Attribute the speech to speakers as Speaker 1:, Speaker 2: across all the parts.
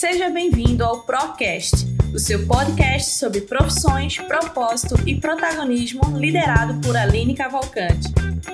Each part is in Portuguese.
Speaker 1: Seja bem-vindo ao Procast, o seu podcast sobre profissões, propósito e protagonismo, liderado por Aline Cavalcante.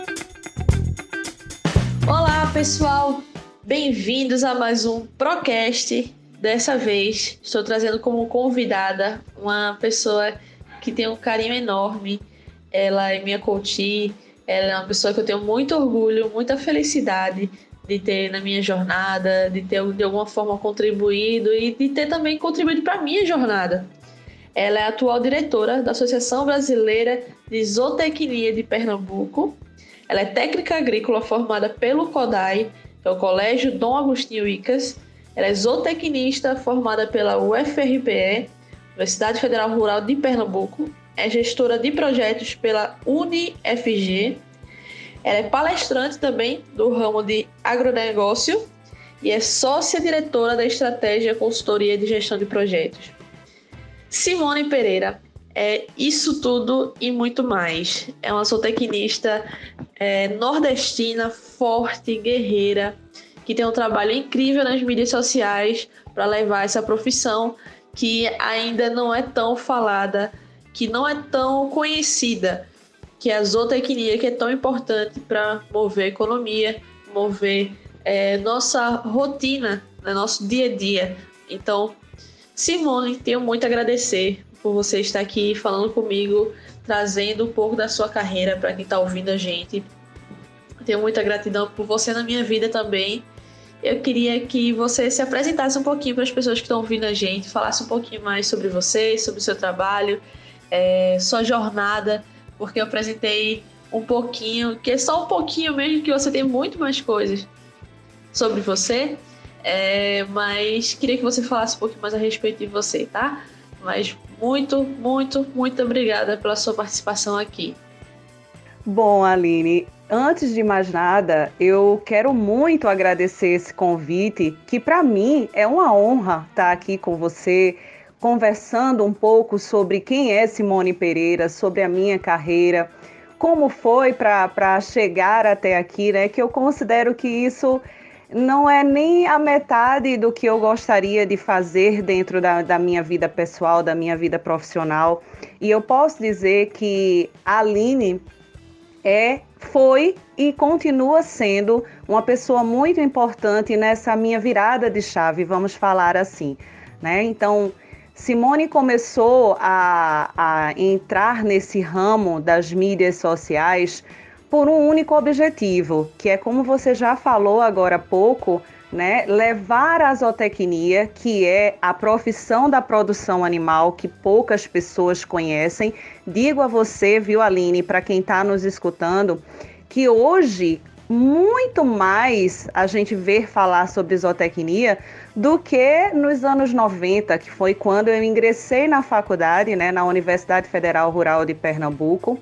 Speaker 1: Olá, pessoal! Bem-vindos a mais um Procast. Dessa vez, estou trazendo como convidada uma pessoa que tem um carinho enorme. Ela é minha coach, ela é uma pessoa que eu tenho muito orgulho, muita felicidade de ter na minha jornada, de ter de alguma forma contribuído e de ter também contribuído para a minha jornada. Ela é a atual diretora da Associação Brasileira de Zootecnia de Pernambuco. Ela é técnica agrícola formada pelo CODAI, que é o Colégio Dom Agostinho Icas. Ela é zootecnista formada pela UFRPE, Universidade Federal Rural de Pernambuco. É gestora de projetos pela UniFG. Ela é palestrante também do ramo de agronegócio e é sócia-diretora da Estratégia Consultoria de Gestão de Projetos. Simone Pereira é isso tudo e muito mais. É uma zootecnista nordestina, forte, guerreira, que tem um trabalho incrível nas mídias sociais para levar essa profissão que ainda não é tão falada, que não é tão conhecida, que é a zootecnia, que é tão importante para mover a economia, mover nossa rotina, nosso dia a dia. Então, Simone, tenho muito a agradecer por você estar aqui falando comigo, trazendo um pouco da sua carreira para quem está ouvindo a gente. Tenho muita gratidão por você na minha vida também. Eu queria que você se apresentasse um pouquinho para as pessoas que estão ouvindo a gente, falasse um pouquinho mais sobre você, sobre o seu trabalho, sua jornada, porque eu apresentei um pouquinho, que é só um pouquinho mesmo, que você tem muito mais coisas sobre você, mas queria que você falasse um pouquinho mais a respeito de você, tá? Mas muito, muito, muito obrigada pela sua participação aqui.
Speaker 2: Bom, Aline, antes de mais nada, eu quero muito agradecer esse convite, que para mim é uma honra estar aqui com você, conversando um pouco sobre quem é Simone Pereira, sobre a minha carreira, como foi para chegar até aqui, né? Que eu considero que isso não é nem a metade do que eu gostaria de fazer dentro da minha vida pessoal, da minha vida profissional. E eu posso dizer que a Aline foi e continua sendo uma pessoa muito importante nessa minha virada de chave, vamos falar assim, né? Então, Simone começou a entrar nesse ramo das mídias sociais por um único objetivo, que é, como você já falou agora há pouco, né, levar a zootecnia, que é a profissão da produção animal que poucas pessoas conhecem. Digo a você, viu, Aline, para quem está nos escutando, que hoje muito mais a gente vê falar sobre zootecnia do que nos anos 90, que foi quando eu ingressei na faculdade, né, na Universidade Federal Rural de Pernambuco,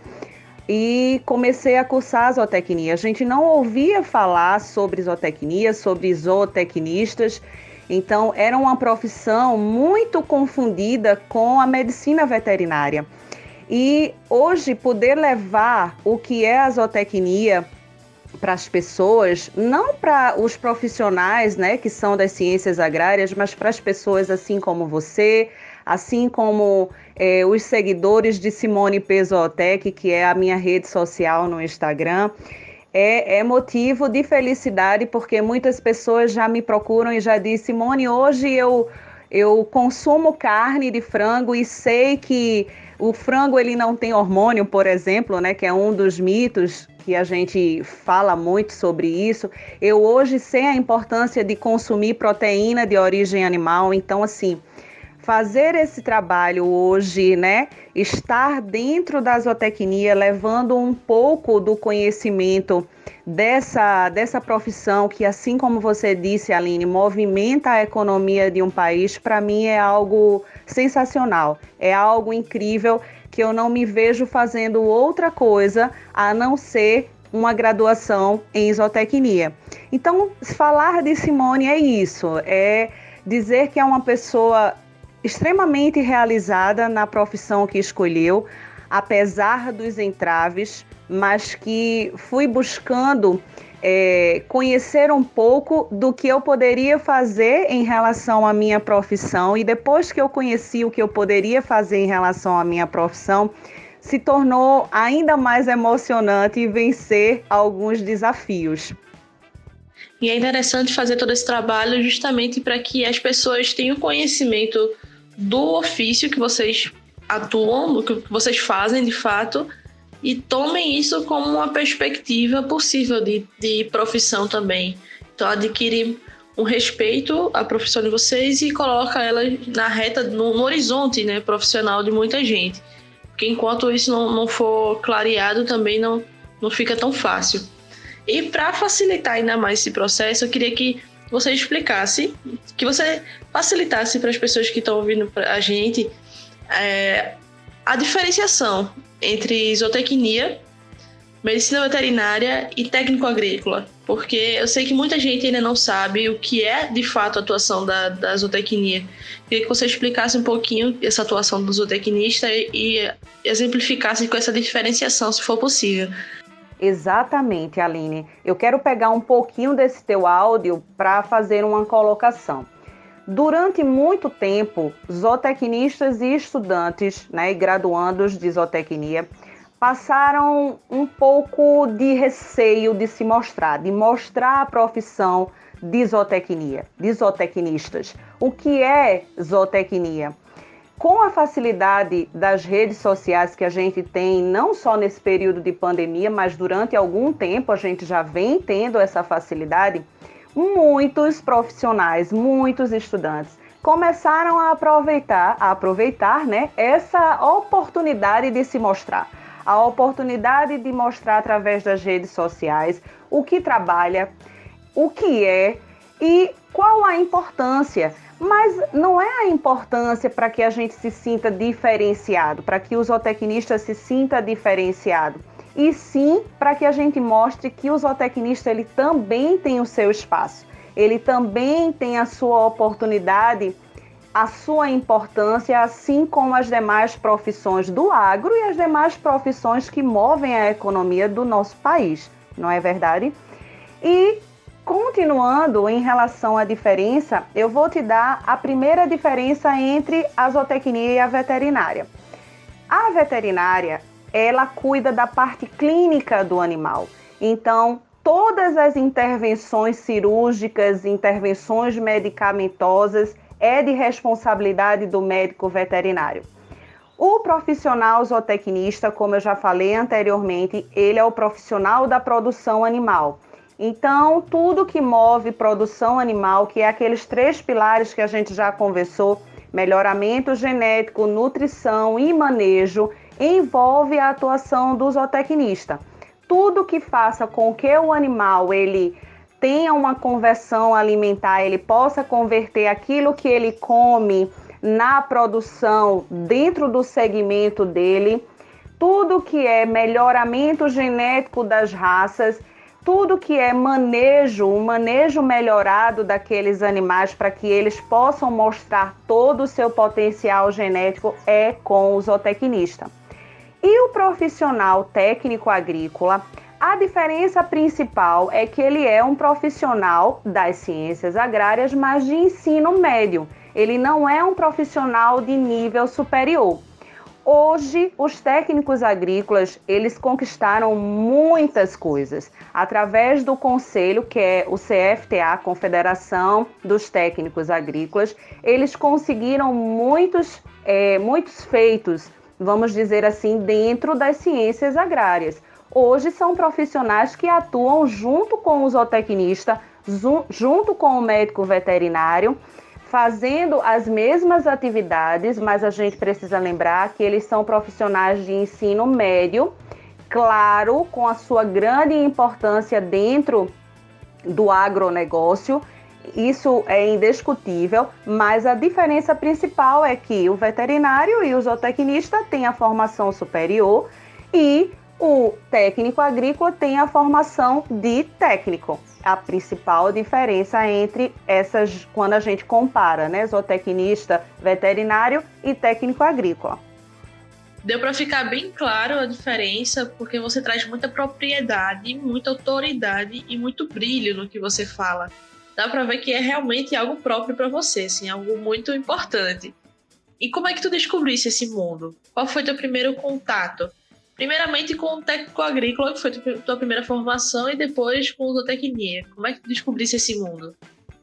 Speaker 2: e comecei a cursar zootecnia. A gente não ouvia falar sobre zootecnia, sobre zootecnistas, então era uma profissão muito confundida com a medicina veterinária. E hoje poder levar o que é a zootecnia para as pessoas, não para os profissionais, né, que são das ciências agrárias, mas para as pessoas assim como você, assim como os seguidores de Simone P. Zootec, que é a minha rede social no Instagram, é motivo de felicidade, porque muitas pessoas já me procuram e já dizem: Simone, hoje eu consumo carne de frango e sei que o frango ele não tem hormônio, por exemplo, né, que é um dos mitos que a gente fala muito sobre isso. Eu hoje sei a importância de consumir proteína de origem animal. Então, assim, fazer esse trabalho hoje, né, estar dentro da zootecnia, levando um pouco do conhecimento dessa profissão que, assim como você disse, Aline, movimenta a economia de um país, para mim é algo sensacional, é algo incrível, que eu não me vejo fazendo outra coisa a não ser uma graduação em zootecnia. Então, falar de Simone é isso, é dizer que é uma pessoa extremamente realizada na profissão que escolheu, apesar dos entraves, mas que fui buscando conhecer um pouco do que eu poderia fazer em relação à minha profissão, e depois que eu conheci o que eu poderia fazer em relação à minha profissão, se tornou ainda mais emocionante vencer alguns desafios.
Speaker 1: E é interessante fazer todo esse trabalho justamente para que as pessoas tenham conhecimento do ofício que vocês atuam, do que vocês fazem de fato, e tomem isso como uma perspectiva possível de profissão também. Então, adquire um respeito à profissão de vocês e coloca ela na reta, no horizonte, né, profissional de muita gente. Porque enquanto isso não for clareado, também não fica tão fácil. E para facilitar ainda mais esse processo, eu queria que você explicasse, que você facilitasse para as pessoas que estão ouvindo a gente a diferenciação entre zootecnia, medicina veterinária e técnico agrícola. Porque eu sei que muita gente ainda não sabe o que é de fato a atuação da zootecnia. Queria que você explicasse um pouquinho essa atuação do zootecnista e exemplificasse com essa diferenciação, se for possível.
Speaker 2: Exatamente, Aline. Eu quero pegar um pouquinho desse teu áudio para fazer uma colocação. Durante muito tempo, zootecnistas e estudantes, né, e graduandos de zootecnia, passaram um pouco de receio de se mostrar, de mostrar a profissão de zootecnia, de zootecnistas. O que é zootecnia? Com a facilidade das redes sociais que a gente tem, não só nesse período de pandemia, mas durante algum tempo a gente já vem tendo essa facilidade, muitos profissionais, muitos estudantes começaram a aproveitar, né, essa oportunidade de se mostrar. A oportunidade de mostrar através das redes sociais o que trabalha, o que é e qual a importância. Mas não é a importância para que a gente se sinta diferenciado, para que o zootecnista se sinta diferenciado, e sim para que a gente mostre que o zootecnista ele também tem o seu espaço, ele também tem a sua oportunidade, a sua importância, assim como as demais profissões do agro e as demais profissões que movem a economia do nosso país, não é verdade? E continuando em relação à diferença, eu vou te dar a primeira diferença entre a zootecnia e a veterinária. A veterinária, ela cuida da parte clínica do animal. Então, todas as intervenções cirúrgicas, intervenções medicamentosas, é de responsabilidade do médico veterinário. O profissional zootecnista, como eu já falei anteriormente, ele é o profissional da produção animal. Então, tudo que move produção animal, que é aqueles 3 pilares que a gente já conversou, melhoramento genético, nutrição e manejo, envolve a atuação do zootecnista. Tudo que faça com que o animal ele tenha uma conversão alimentar, ele possa converter aquilo que ele come na produção dentro do segmento dele, tudo que é melhoramento genético das raças, tudo que é um manejo melhorado daqueles animais para que eles possam mostrar todo o seu potencial genético é com o zootecnista. E o profissional técnico agrícola, a diferença principal é que ele é um profissional das ciências agrárias, mas de ensino médio. Ele não é um profissional de nível superior. Hoje, os técnicos agrícolas, eles conquistaram muitas coisas. Através do conselho, que é o CFTA, Confederação dos Técnicos Agrícolas, eles conseguiram muitos feitos, vamos dizer assim, dentro das ciências agrárias. Hoje são profissionais que atuam junto com o zootecnista, junto com o médico veterinário, fazendo as mesmas atividades, mas a gente precisa lembrar que eles são profissionais de ensino médio, claro, com a sua grande importância dentro do agronegócio, isso é indiscutível, mas a diferença principal é que o veterinário e o zootecnista têm a formação superior e o técnico agrícola tem a formação de técnico. A principal diferença entre essas, quando a gente compara, né, zootecnista, veterinário e técnico agrícola.
Speaker 1: Deu para ficar bem claro a diferença, porque você traz muita propriedade, muita autoridade e muito brilho no que você fala. Dá para ver que é realmente algo próprio para você, assim, algo muito importante. E como é que tu descobrisse esse mundo? Qual foi teu primeiro contato? Primeiramente com o técnico agrícola, que foi tua primeira formação, e depois com zootecnia. Como é que tu descobrisse esse mundo?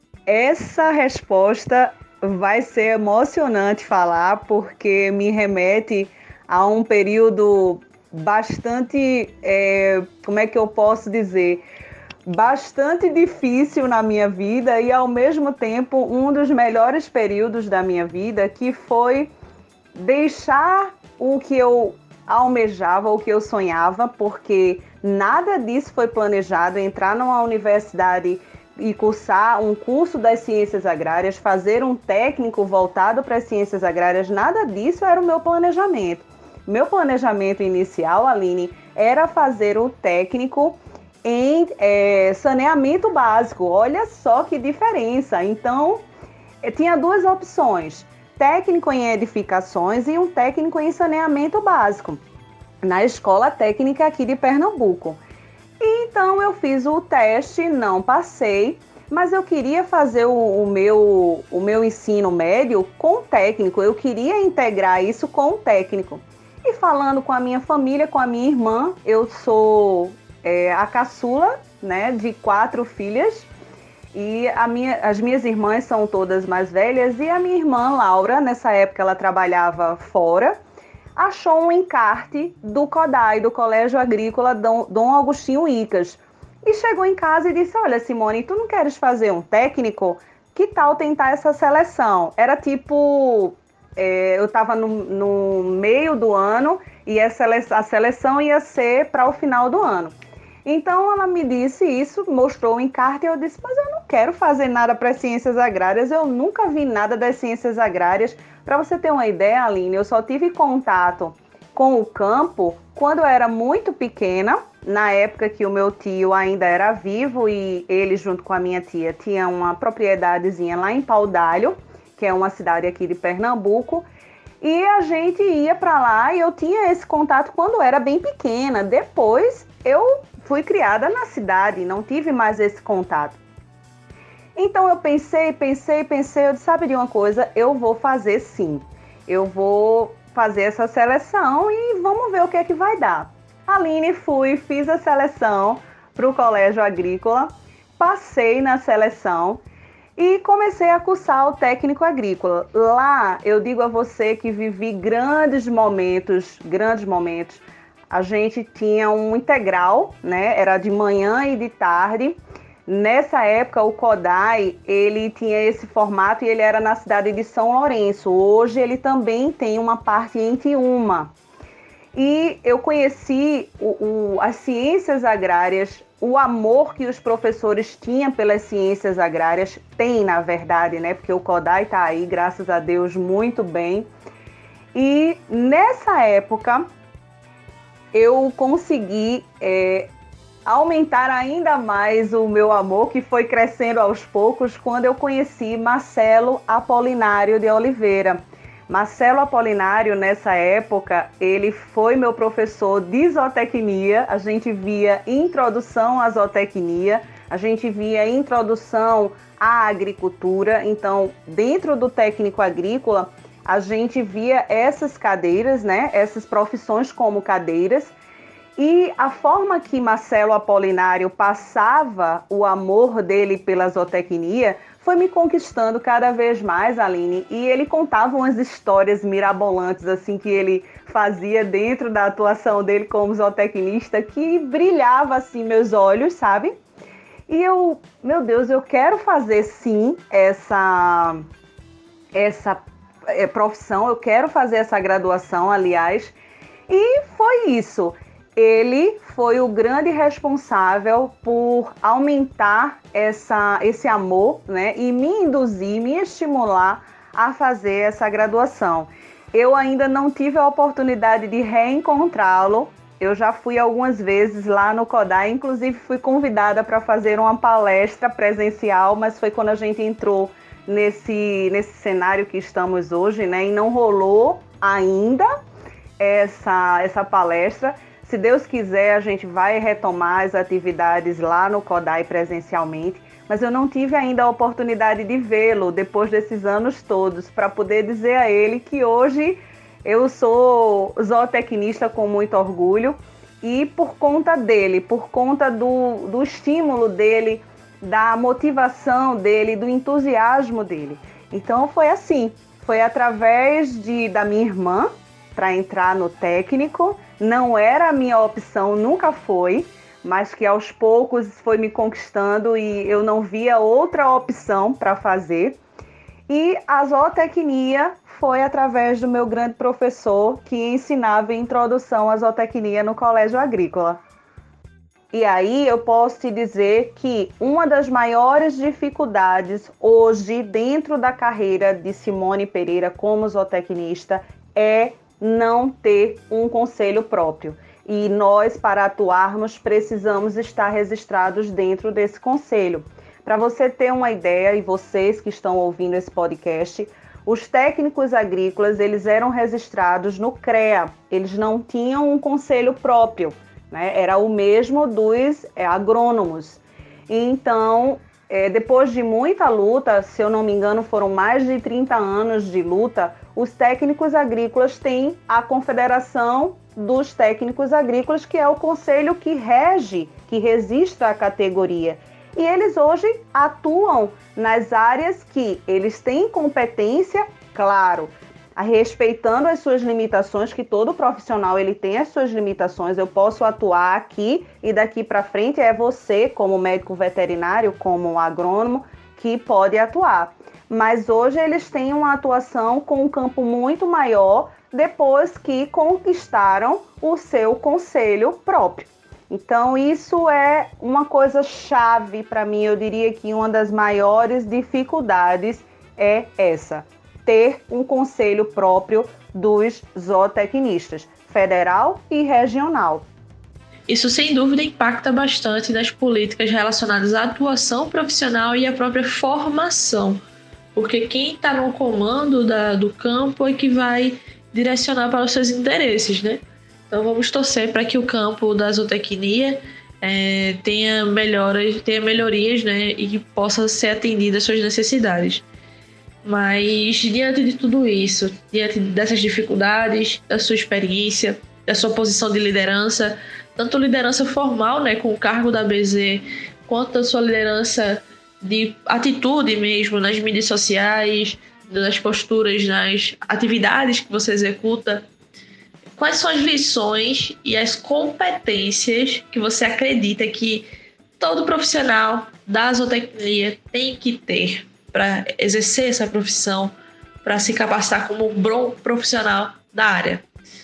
Speaker 2: Essa resposta vai ser emocionante falar, porque me remete a um período bastante, como é que eu posso dizer, bastante difícil na minha vida e, ao mesmo tempo, um dos melhores períodos da minha vida, que foi deixar o que eu almejava, o que eu sonhava, porque nada disso foi planejado, entrar numa universidade e cursar um curso das ciências agrárias, fazer um técnico voltado para as ciências agrárias, nada disso era o meu planejamento. Meu planejamento inicial, Aline, era fazer o técnico em saneamento básico. Olha só que diferença. Então, tinha duas opções: técnico em edificações e um técnico em saneamento básico, na Escola Técnica aqui de Pernambuco. Então eu fiz o teste, não passei, mas eu queria fazer o meu ensino médio com o técnico, eu queria integrar isso com o técnico. E falando com a minha família, com a minha irmã, eu sou a caçula, né, de 4 filhas, e as minhas irmãs são todas mais velhas, e a minha irmã Laura, nessa época ela trabalhava fora, achou um encarte do CODAI, do Colégio Agrícola Dom Agostinho Icas. E chegou em casa e disse: olha, Simone, tu não queres fazer um técnico? Que tal tentar essa seleção? Era tipo, eu estava no meio do ano e a seleção ia ser para o final do ano. Então ela me disse isso, mostrou o encarte e eu disse: mas eu não quero fazer nada para as ciências agrárias, eu nunca vi nada das ciências agrárias. Para você ter uma ideia, Aline, eu só tive contato com o campo quando eu era muito pequena, na época que o meu tio ainda era vivo e ele, junto com a minha tia, tinha uma propriedadezinha lá em Paudalho, que é uma cidade aqui de Pernambuco, e a gente ia para lá e eu tinha esse contato quando eu era bem pequena. Depois eu fui criada na cidade, não tive mais esse contato. Então eu pensei, eu disse: sabe de uma coisa, eu vou fazer sim. Eu vou fazer essa seleção e vamos ver o que é que vai dar. Aline, fiz a seleção para o Colégio Agrícola, passei na seleção e comecei a cursar o técnico agrícola. Lá eu digo a você que vivi grandes momentos. A gente tinha um integral, né? Era de manhã e de tarde. Nessa época, o CODAI, ele tinha esse formato e ele era na cidade de São Lourenço. Hoje, ele também tem uma parte em Tiúma. E eu conheci as ciências agrárias, o amor que os professores tinham pelas ciências agrárias, tem, na verdade, né? Porque o CODAI está aí, graças a Deus, muito bem. E nessa época, eu consegui aumentar ainda mais o meu amor, que foi crescendo aos poucos, quando eu conheci Marcelo Apolinário de Oliveira. Marcelo Apolinário, nessa época, ele foi meu professor de zootecnia. A gente via introdução à zootecnia, a gente via introdução à agricultura. Então, dentro do técnico agrícola, a gente via essas cadeiras, né? Essas profissões como cadeiras. E a forma que Marcelo Apolinário passava o amor dele pela zootecnia foi me conquistando cada vez mais, Aline. E ele contava umas histórias mirabolantes assim que ele fazia dentro da atuação dele como zootecnista, que brilhava assim meus olhos, sabe? E eu, meu Deus, eu quero fazer sim essa profissão, eu quero fazer essa graduação, aliás. E foi isso. Ele foi o grande responsável por aumentar esse amor, né, e me induzir, me estimular a fazer essa graduação. Eu ainda não tive a oportunidade de reencontrá-lo. Eu já fui algumas vezes lá no CODAI, inclusive fui convidada para fazer uma palestra presencial, mas foi quando a gente entrou nesse cenário que estamos hoje, né, e não rolou ainda. essa palestra. Se Deus quiser, a gente vai retomar as atividades lá no CODAI presencialmente, mas eu não tive ainda a oportunidade de vê-lo depois desses anos todos, para poder dizer a ele que hoje eu sou zootecnista com muito orgulho, e por conta dele, por conta do estímulo dele, da motivação dele, do entusiasmo dele. Então foi assim, foi através da minha irmã para entrar no técnico. Não era a minha opção, nunca foi, mas que aos poucos foi me conquistando e eu não via outra opção para fazer. E a zootecnia foi através do meu grande professor que ensinava introdução à zootecnia no Colégio Agrícola. E aí eu posso te dizer que uma das maiores dificuldades hoje dentro da carreira de Simone Pereira como zootecnista é não ter um conselho próprio. E nós, para atuarmos, precisamos estar registrados dentro desse conselho. Para você ter uma ideia, e vocês que estão ouvindo esse podcast, os técnicos agrícolas, eles eram registrados no CREA, eles não tinham um conselho próprio, né? Era o mesmo dos agrônomos. Então, depois de muita luta, se eu não me engano, foram mais de 30 anos de luta, os técnicos agrícolas têm a Confederação dos Técnicos Agrícolas, que é o conselho que rege, que registra a categoria. E eles hoje atuam nas áreas que eles têm competência, claro, respeitando as suas limitações, que todo profissional ele tem as suas limitações. Eu posso atuar aqui e daqui para frente é você, como médico veterinário, como agrônomo, que pode atuar. Mas hoje eles têm uma atuação com um campo muito maior depois que conquistaram o seu conselho próprio. Então, isso é uma coisa chave para mim. Eu diria que uma das maiores dificuldades é essa: ter um conselho próprio dos zootecnistas, federal e regional.
Speaker 1: Isso, sem dúvida, impacta bastante nas políticas relacionadas à atuação profissional e à própria formação, porque quem está no comando do campo é que vai direcionar para os seus interesses, né? Então vamos torcer para que o campo da zootecnia tenha melhorias, né, e que possa ser atendida às suas necessidades. Mas diante de tudo isso, diante dessas dificuldades, da sua experiência, da sua posição de liderança, tanto liderança formal, né, com o cargo da BZ, quanto da sua liderança de atitude mesmo nas mídias sociais, nas posturas, nas atividades que você executa, quais são as lições e as competências que você acredita que todo profissional da zootecnia tem que ter para exercer essa profissão, para se capacitar como um bom profissional da área?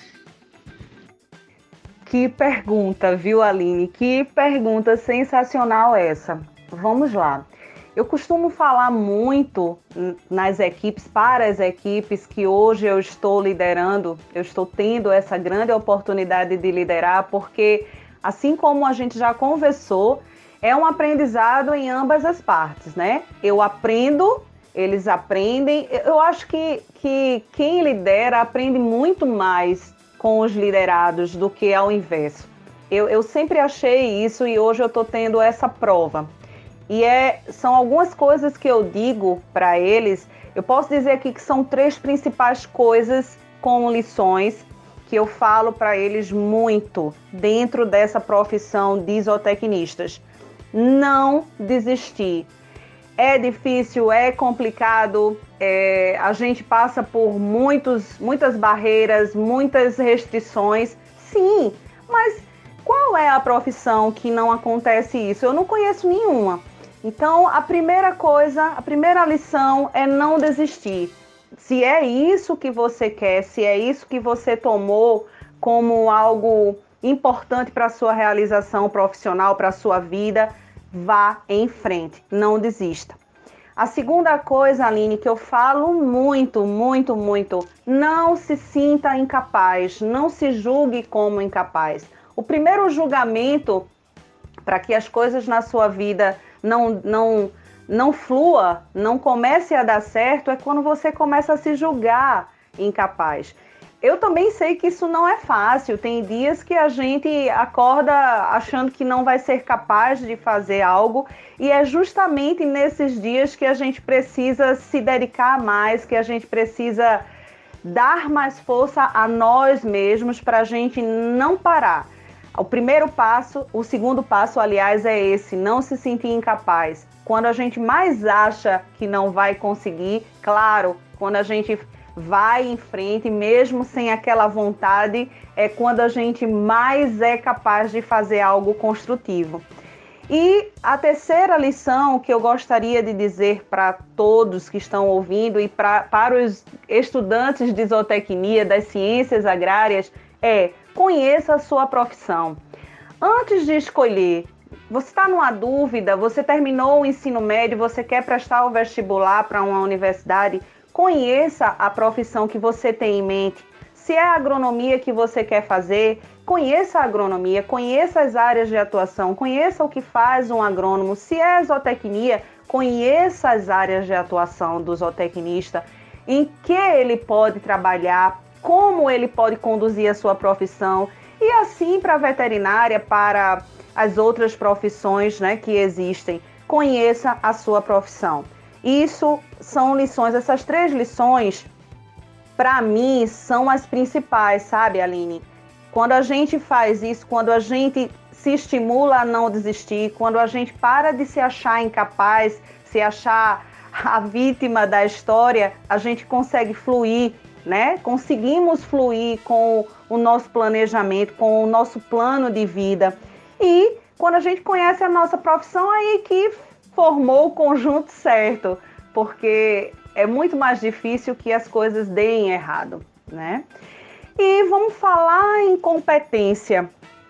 Speaker 2: Que pergunta, viu, Aline? Que pergunta sensacional essa. Vamos lá. Eu costumo falar muito nas equipes, para as equipes que hoje eu estou liderando, eu estou tendo essa grande oportunidade de liderar, porque, assim como a gente já conversou, é um aprendizado em ambas as partes, né? Eu aprendo, eles aprendem. Eu acho que quem lidera aprende muito mais com os liderados do que ao inverso. Eu sempre achei isso e hoje eu estou tendo essa prova. E são algumas coisas que eu digo para eles. Eu posso dizer aqui que são 3 principais coisas como lições que eu falo para eles muito dentro dessa profissão de zootecnistas. Não desistir. É difícil, é complicado, a gente passa por muitas barreiras, muitas restrições. Sim, mas qual é a profissão que não acontece isso? Eu não conheço nenhuma. Então, a primeira lição é não desistir. Se é isso que você quer, se é isso que você tomou como algo importante para a sua realização profissional, para a sua vida, vá em frente, não desista. A segunda coisa, Aline, que eu falo muito, muito, muito, não se sinta incapaz, não se julgue como incapaz. O primeiro julgamento para que as coisas na sua vida não flua, não comece a dar certo, é quando você começa a se julgar incapaz. eu também sei que isso não é fácil. Tem dias que a gente acorda achando que não vai ser capaz de fazer algo, e é justamente nesses dias que a gente precisa se dedicar mais, que a gente precisa dar mais força a nós mesmos para a gente não parar. O primeiro passo, o segundo passo, aliás, é esse: não se sentir incapaz. Quando a gente mais acha que não vai conseguir, claro, quando a gente vai em frente, mesmo sem aquela vontade, é quando a gente mais é capaz de fazer algo construtivo. E a terceira lição que eu gostaria de dizer para todos que estão ouvindo e para os estudantes de zootecnia, das ciências agrárias, é: conheça a sua profissão. Antes de escolher, você está numa dúvida, você terminou o ensino médio, você quer prestar o vestibular para uma universidade, conheça a profissão que você tem em mente. Se é a agronomia que você quer fazer, conheça a agronomia, conheça as áreas de atuação, conheça o que faz um agrônomo. Se é a zootecnia, conheça as áreas de atuação do zootecnista, em que ele pode trabalhar, como ele pode conduzir a sua profissão, e assim para a veterinária, para as outras profissões, né, que existem. Conheça a sua profissão. Isso são lições, essas 3 lições, para mim, são as principais, sabe, Aline? Quando a gente faz isso, quando a gente se estimula a não desistir, quando a gente para de se achar incapaz, se achar a vítima da história, a gente consegue fluir, né? Conseguimos fluir com o nosso planejamento, com o nosso plano de vida. E quando a gente conhece a nossa profissão, aí que formou o conjunto certo, porque é muito mais difícil que as coisas deem errado, né? E vamos falar em competência.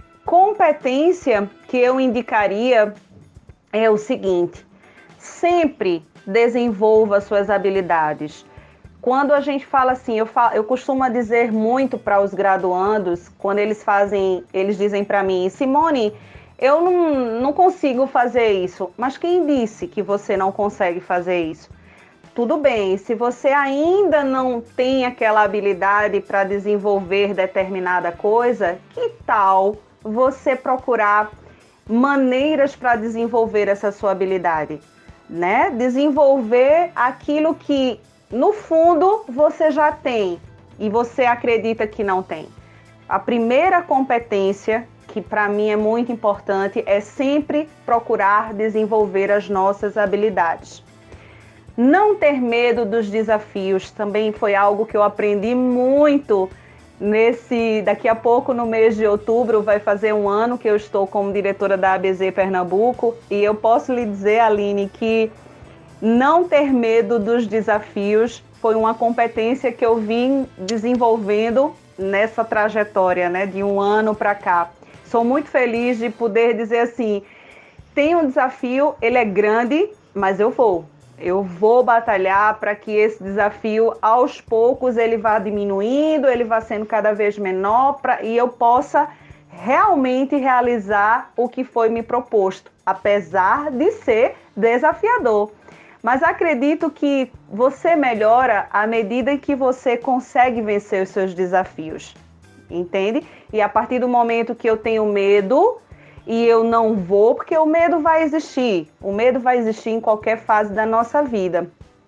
Speaker 2: Competência que eu indicaria é o seguinte: sempre desenvolva suas habilidades. Quando a gente fala assim, eu costumo dizer muito para os graduandos, quando eles dizem para mim: Simone, eu não consigo fazer isso. Mas quem disse que você não consegue fazer isso? Tudo bem, se você ainda não tem aquela habilidade para desenvolver determinada coisa, que tal você procurar maneiras para desenvolver essa sua habilidade, né? Desenvolver aquilo que, no fundo, você já tem e você acredita que não tem. A primeira competência, que para mim é muito importante, é sempre procurar desenvolver as nossas habilidades. Não ter medo dos desafios também foi algo que eu aprendi muito daqui a pouco, no mês de outubro, vai fazer 1 ano que eu estou como diretora da ABZ Pernambuco, e eu posso lhe dizer, Aline, que não ter medo dos desafios foi uma competência que eu vim desenvolvendo nessa trajetória, né, de 1 ano para cá. Sou muito feliz de poder dizer assim: tem um desafio, ele é grande, mas eu vou batalhar para que esse desafio, aos poucos, ele vá diminuindo, ele vá sendo cada vez menor, e eu possa realmente realizar o que foi me proposto, apesar de ser desafiador. Mas acredito que você melhora à medida em que você consegue vencer os seus desafios, entende? E a partir do momento que eu tenho medo, e eu não vou, porque o medo vai existir. O medo vai existir em qualquer fase da nossa vida.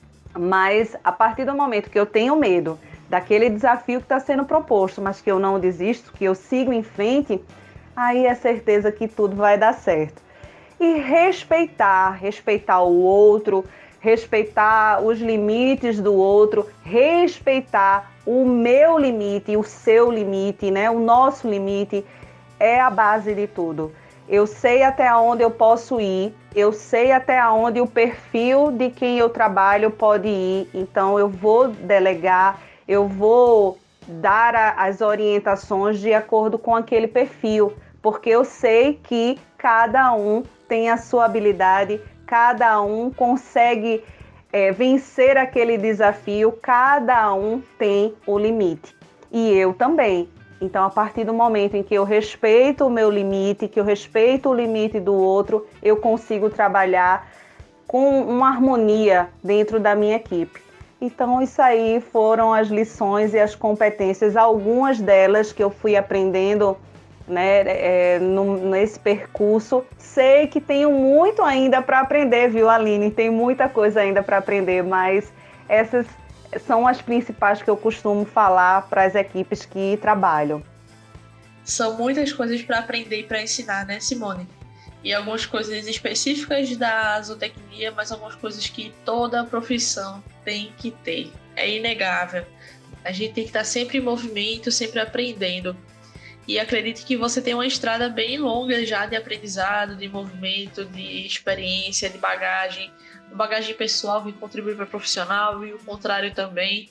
Speaker 2: Mas a partir do momento que eu tenho medo daquele desafio que está sendo proposto, mas que eu não desisto, que eu sigo em frente, aí é certeza que tudo vai dar certo. E respeitar o outro, respeitar os limites do outro, respeitar o meu limite, o seu limite, né? O nosso limite é a base de tudo. Eu sei até onde eu posso ir, eu sei até onde o perfil de quem eu trabalho pode ir, então eu vou delegar, eu vou dar as orientações de acordo com aquele perfil, porque eu sei que cada um tem a sua habilidade, cada um consegue vencer aquele desafio, cada um tem o limite, e eu também. Então, a partir do momento em que eu respeito o meu limite, que eu respeito o limite do outro, eu consigo trabalhar com uma harmonia dentro da minha equipe. Então, isso aí foram as lições e as competências, algumas delas que eu fui aprendendo, né, nesse percurso. Sei que tenho muito ainda para aprender, viu, Aline? Tem muita coisa ainda para aprender, mas essas são as principais que eu costumo falar para as equipes que trabalham.
Speaker 1: São muitas coisas para aprender e para ensinar, né, Simone? E algumas coisas específicas da zootecnia, mas algumas coisas que toda profissão tem que ter. É inegável. A gente tem que estar sempre em movimento, sempre aprendendo. E acredito que você tem uma estrada bem longa já de aprendizado, de movimento, de experiência, de bagagem. Bagagem pessoal que contribui para profissional e o contrário também.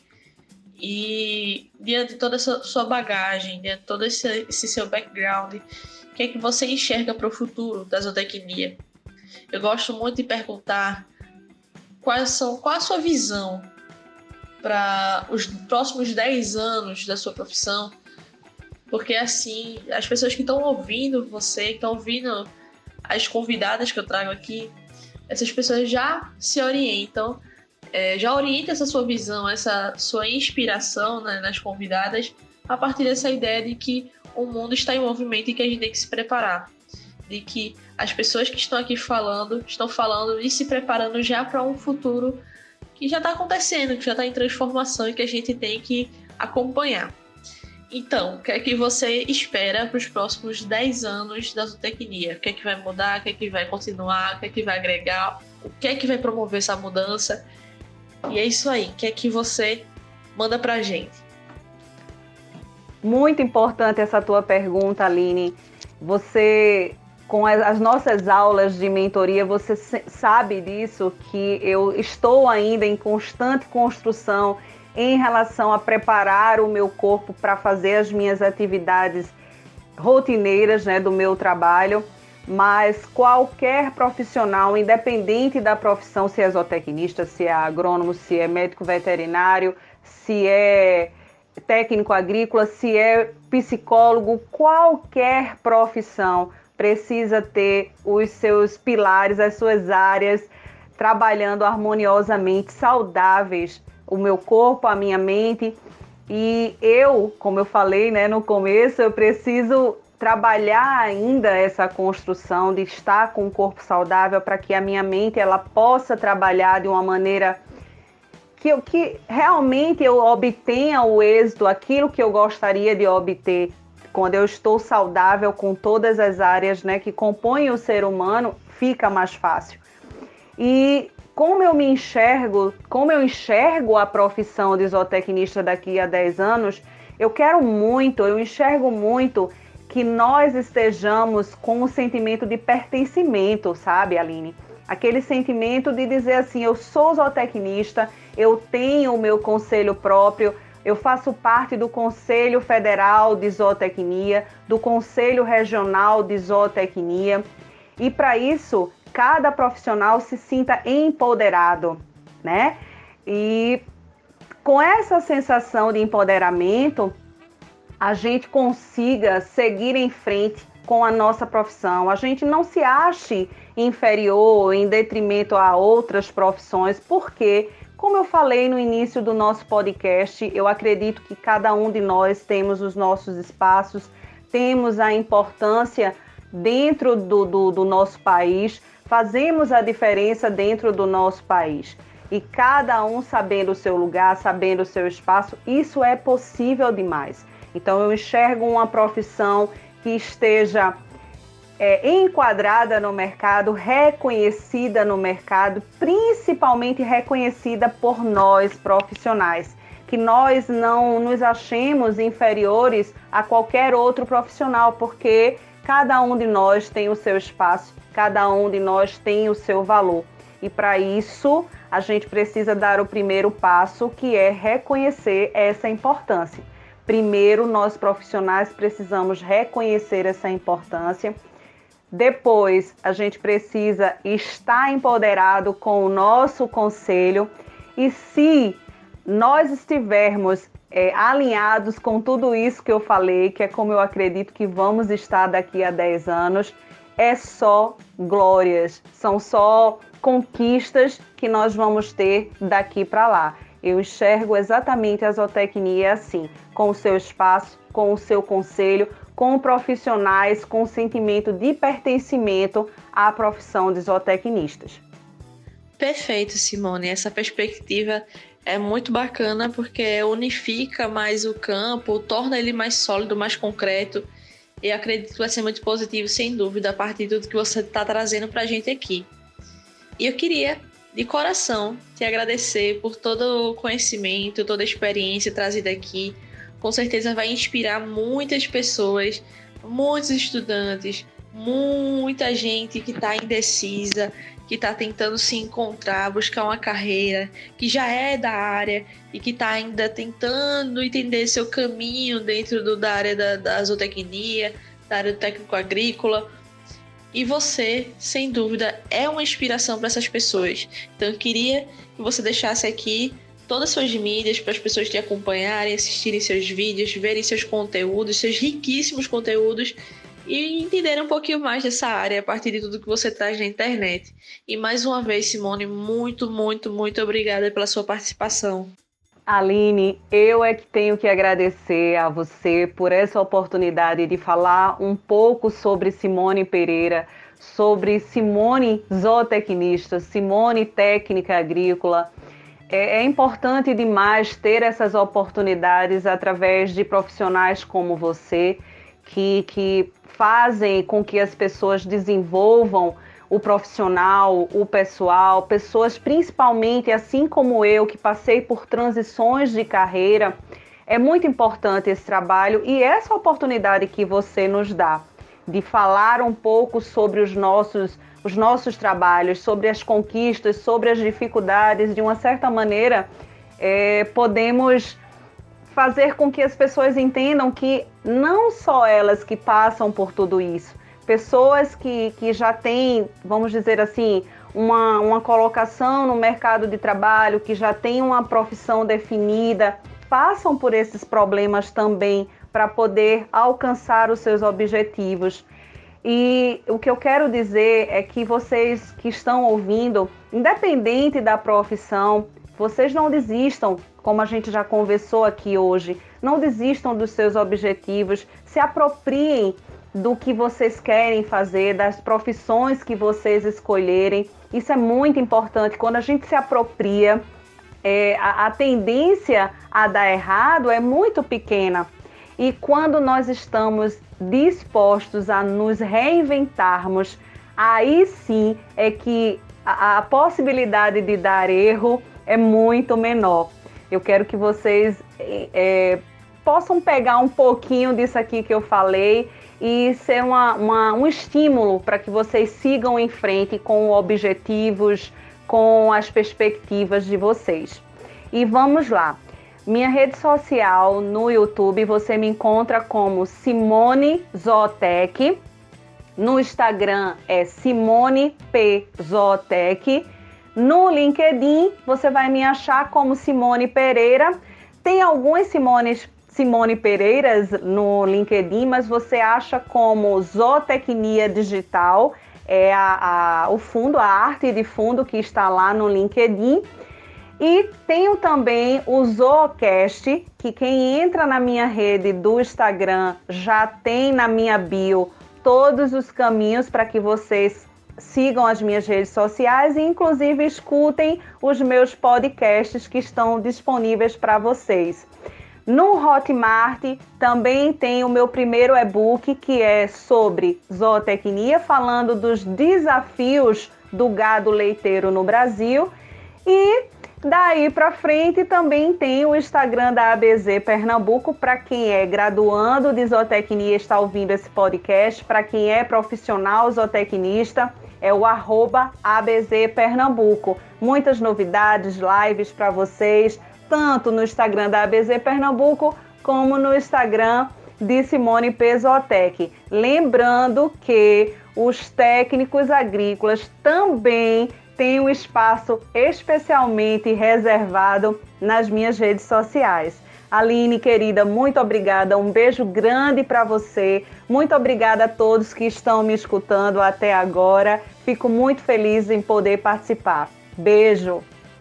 Speaker 1: E diante de toda essa sua bagagem, diante de todo esse seu background, o que é que você enxerga para o futuro da zootecnia? Eu gosto muito de perguntar qual a sua visão para os próximos 10 anos da sua profissão, porque assim, as pessoas que estão ouvindo você, que estão ouvindo as convidadas que eu trago aqui, essas pessoas já se orientam, já orienta essa sua visão, essa sua inspiração, né, nas convidadas, a partir dessa ideia de que o mundo está em movimento e que a gente tem que se preparar. De que as pessoas que estão aqui estão falando e se preparando já para um futuro que já está acontecendo, que já está em transformação e que a gente tem que acompanhar. Então, o que é que você espera para os próximos 10 anos da zootecnia? O que é que vai mudar? O que é que vai continuar? O que é que vai agregar? O que é que vai promover essa mudança? E é isso aí. O que é que você manda para a gente?
Speaker 2: Muito importante essa tua pergunta, Aline. Você, com as nossas aulas de mentoria, você sabe disso, que eu estou ainda em constante construção em relação a preparar o meu corpo para fazer as minhas atividades rotineiras, né, do meu trabalho. Mas qualquer profissional, independente da profissão, se é zootecnista, se é agrônomo, se é médico veterinário, se é técnico agrícola, se é psicólogo, qualquer profissão precisa ter os seus pilares, as suas áreas trabalhando harmoniosamente, saudáveis, o meu corpo, a minha mente. E eu, como eu falei, né, no começo, eu preciso trabalhar ainda essa construção de estar com um corpo saudável para que a minha mente ela possa trabalhar de uma maneira que realmente eu obtenha o êxito, aquilo que eu gostaria de obter quando eu estou saudável com todas as áreas, né, que compõem o ser humano, fica mais fácil. E como eu enxergo a profissão de zootecnista daqui a 10 anos, eu enxergo muito que nós estejamos com um sentimento de pertencimento, sabe, Aline? Aquele sentimento de dizer assim, eu sou zootecnista, eu tenho o meu conselho próprio, eu faço parte do Conselho Federal de Zootecnia, do Conselho Regional de Zootecnia, e para isso, cada profissional se sinta empoderado, né? E com essa sensação de empoderamento, a gente consiga seguir em frente com a nossa profissão. A gente não se ache inferior em detrimento a outras profissões, porque, como eu falei no início do nosso podcast, eu acredito que cada um de nós temos os nossos espaços, temos a importância dentro do nosso país, fazemos a diferença dentro do nosso país. E cada um sabendo o seu lugar, sabendo o seu espaço, isso é possível demais. Então eu enxergo uma profissão que esteja enquadrada no mercado, reconhecida no mercado, principalmente reconhecida por nós profissionais, que nós não nos achemos inferiores a qualquer outro profissional, porque cada um de nós tem o seu espaço, cada um de nós tem o seu valor. E para isso, a gente precisa dar o primeiro passo, que é reconhecer essa importância. Primeiro, nós profissionais precisamos reconhecer essa importância. Depois, a gente precisa estar empoderado com o nosso conselho. E se nós estivermos alinhados com tudo isso que eu falei, que é como eu acredito que vamos estar daqui a 10 anos, é só glórias, são só conquistas que nós vamos ter daqui para lá. Eu enxergo exatamente a zootecnia assim, com o seu espaço, com o seu conselho, com profissionais com sentimento de pertencimento à profissão de zootecnistas.
Speaker 1: Perfeito, Simone. Essa perspectiva é muito bacana porque unifica mais o campo, torna ele mais sólido, mais concreto. E acredito que vai ser muito positivo, sem dúvida, a partir de tudo que você está trazendo para a gente aqui. E eu queria, de coração, te agradecer por todo o conhecimento, toda a experiência trazida aqui. Com certeza vai inspirar muitas pessoas, muitos estudantes, muita gente que está indecisa, que está tentando se encontrar, buscar uma carreira, que já é da área e que está ainda tentando entender seu caminho dentro da área da zootecnia, da área do técnico agrícola. E você, sem dúvida, é uma inspiração para essas pessoas. Então eu queria que você deixasse aqui todas as suas mídias para as pessoas te acompanharem, assistirem seus vídeos, verem seus conteúdos, seus riquíssimos conteúdos, e entender um pouquinho mais dessa área a partir de tudo que você traz na internet. E mais uma vez, Simone, muito, muito, muito obrigada pela sua participação.
Speaker 2: Aline, eu é que tenho que agradecer a você por essa oportunidade de falar um pouco sobre Simone Pereira, sobre Simone zootecnista, Simone técnica agrícola. É importante demais ter essas oportunidades através de profissionais como você, que fazem com que as pessoas desenvolvam o profissional, o pessoal, pessoas principalmente, assim como eu, que passei por transições de carreira. É muito importante esse trabalho e essa oportunidade que você nos dá de falar um pouco sobre os nossos trabalhos, sobre as conquistas, sobre as dificuldades, de uma certa maneira, podemos fazer com que as pessoas entendam que não só elas que passam por tudo isso, pessoas que já têm, vamos dizer assim, uma colocação no mercado de trabalho, que já têm uma profissão definida, passam por esses problemas também para poder alcançar os seus objetivos. E o que eu quero dizer é que vocês que estão ouvindo, independente da profissão, vocês não desistam, como a gente já conversou aqui hoje, não desistam dos seus objetivos, se apropriem do que vocês querem fazer, das profissões que vocês escolherem. Isso é muito importante. Quando a gente se apropria, a tendência a dar errado é muito pequena. E quando nós estamos dispostos a nos reinventarmos, aí sim é que a possibilidade de dar erro é muito menor. Eu quero que vocês possam pegar um pouquinho disso aqui que eu falei e ser um estímulo para que vocês sigam em frente com objetivos, com as perspectivas de vocês. E vamos lá. Minha rede social no YouTube, você me encontra como Simone Zootec. No Instagram é Simone P. Zootec. No LinkedIn, você vai me achar como Simone Pereira. Tem algumas Simone Pereiras no LinkedIn, mas você acha como Zootecnia Digital. É o fundo, a arte de fundo que está lá no LinkedIn. E tenho também o Zoocast, que quem entra na minha rede do Instagram já tem na minha bio todos os caminhos para que vocês sigam as minhas redes sociais e inclusive escutem os meus podcasts que estão disponíveis para vocês. No Hotmart também tem o meu primeiro e-book, que é sobre zootecnia, falando dos desafios do gado leiteiro no Brasil. E daí para frente também tem o Instagram da ABZ Pernambuco, para quem é graduando de zootecnia e está ouvindo esse podcast, para quem é profissional zootecnista, é o @ABZ Pernambuco. Muitas novidades, lives para vocês, tanto no Instagram da ABZ Pernambuco, como no Instagram de Simone P. Zootec. Lembrando que os técnicos agrícolas também têm um espaço especialmente reservado nas minhas redes sociais. Aline, querida, muito obrigada. Um beijo grande para você. Muito obrigada a todos que estão me escutando até agora. Fico muito feliz em poder participar. Beijo!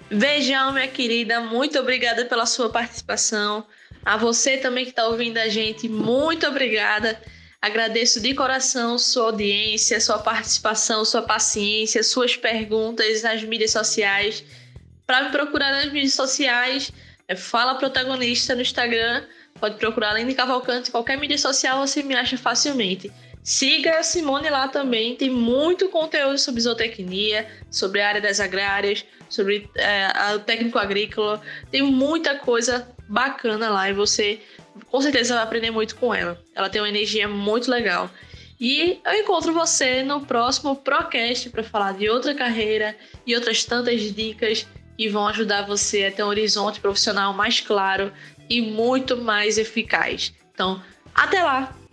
Speaker 1: Beijão, minha querida. Muito obrigada pela sua participação. A você também que está ouvindo a gente, muito obrigada. Agradeço de coração sua audiência, sua participação, sua paciência, suas perguntas nas mídias sociais. Para me procurar nas mídias sociais, Fala Protagonista no Instagram. Pode procurar Aline Cavalcante, qualquer mídia social você me acha facilmente. Siga a Simone lá também, tem muito conteúdo sobre zootecnia, sobre a área das agrárias, sobre o técnico agrícola. Tem muita coisa bacana lá e você com certeza vai aprender muito com ela. Ela tem uma energia muito legal. E eu encontro você no próximo Procast para falar de outra carreira e outras tantas dicas que vão ajudar você a ter um horizonte profissional mais claro e muito mais eficaz. Então, até lá!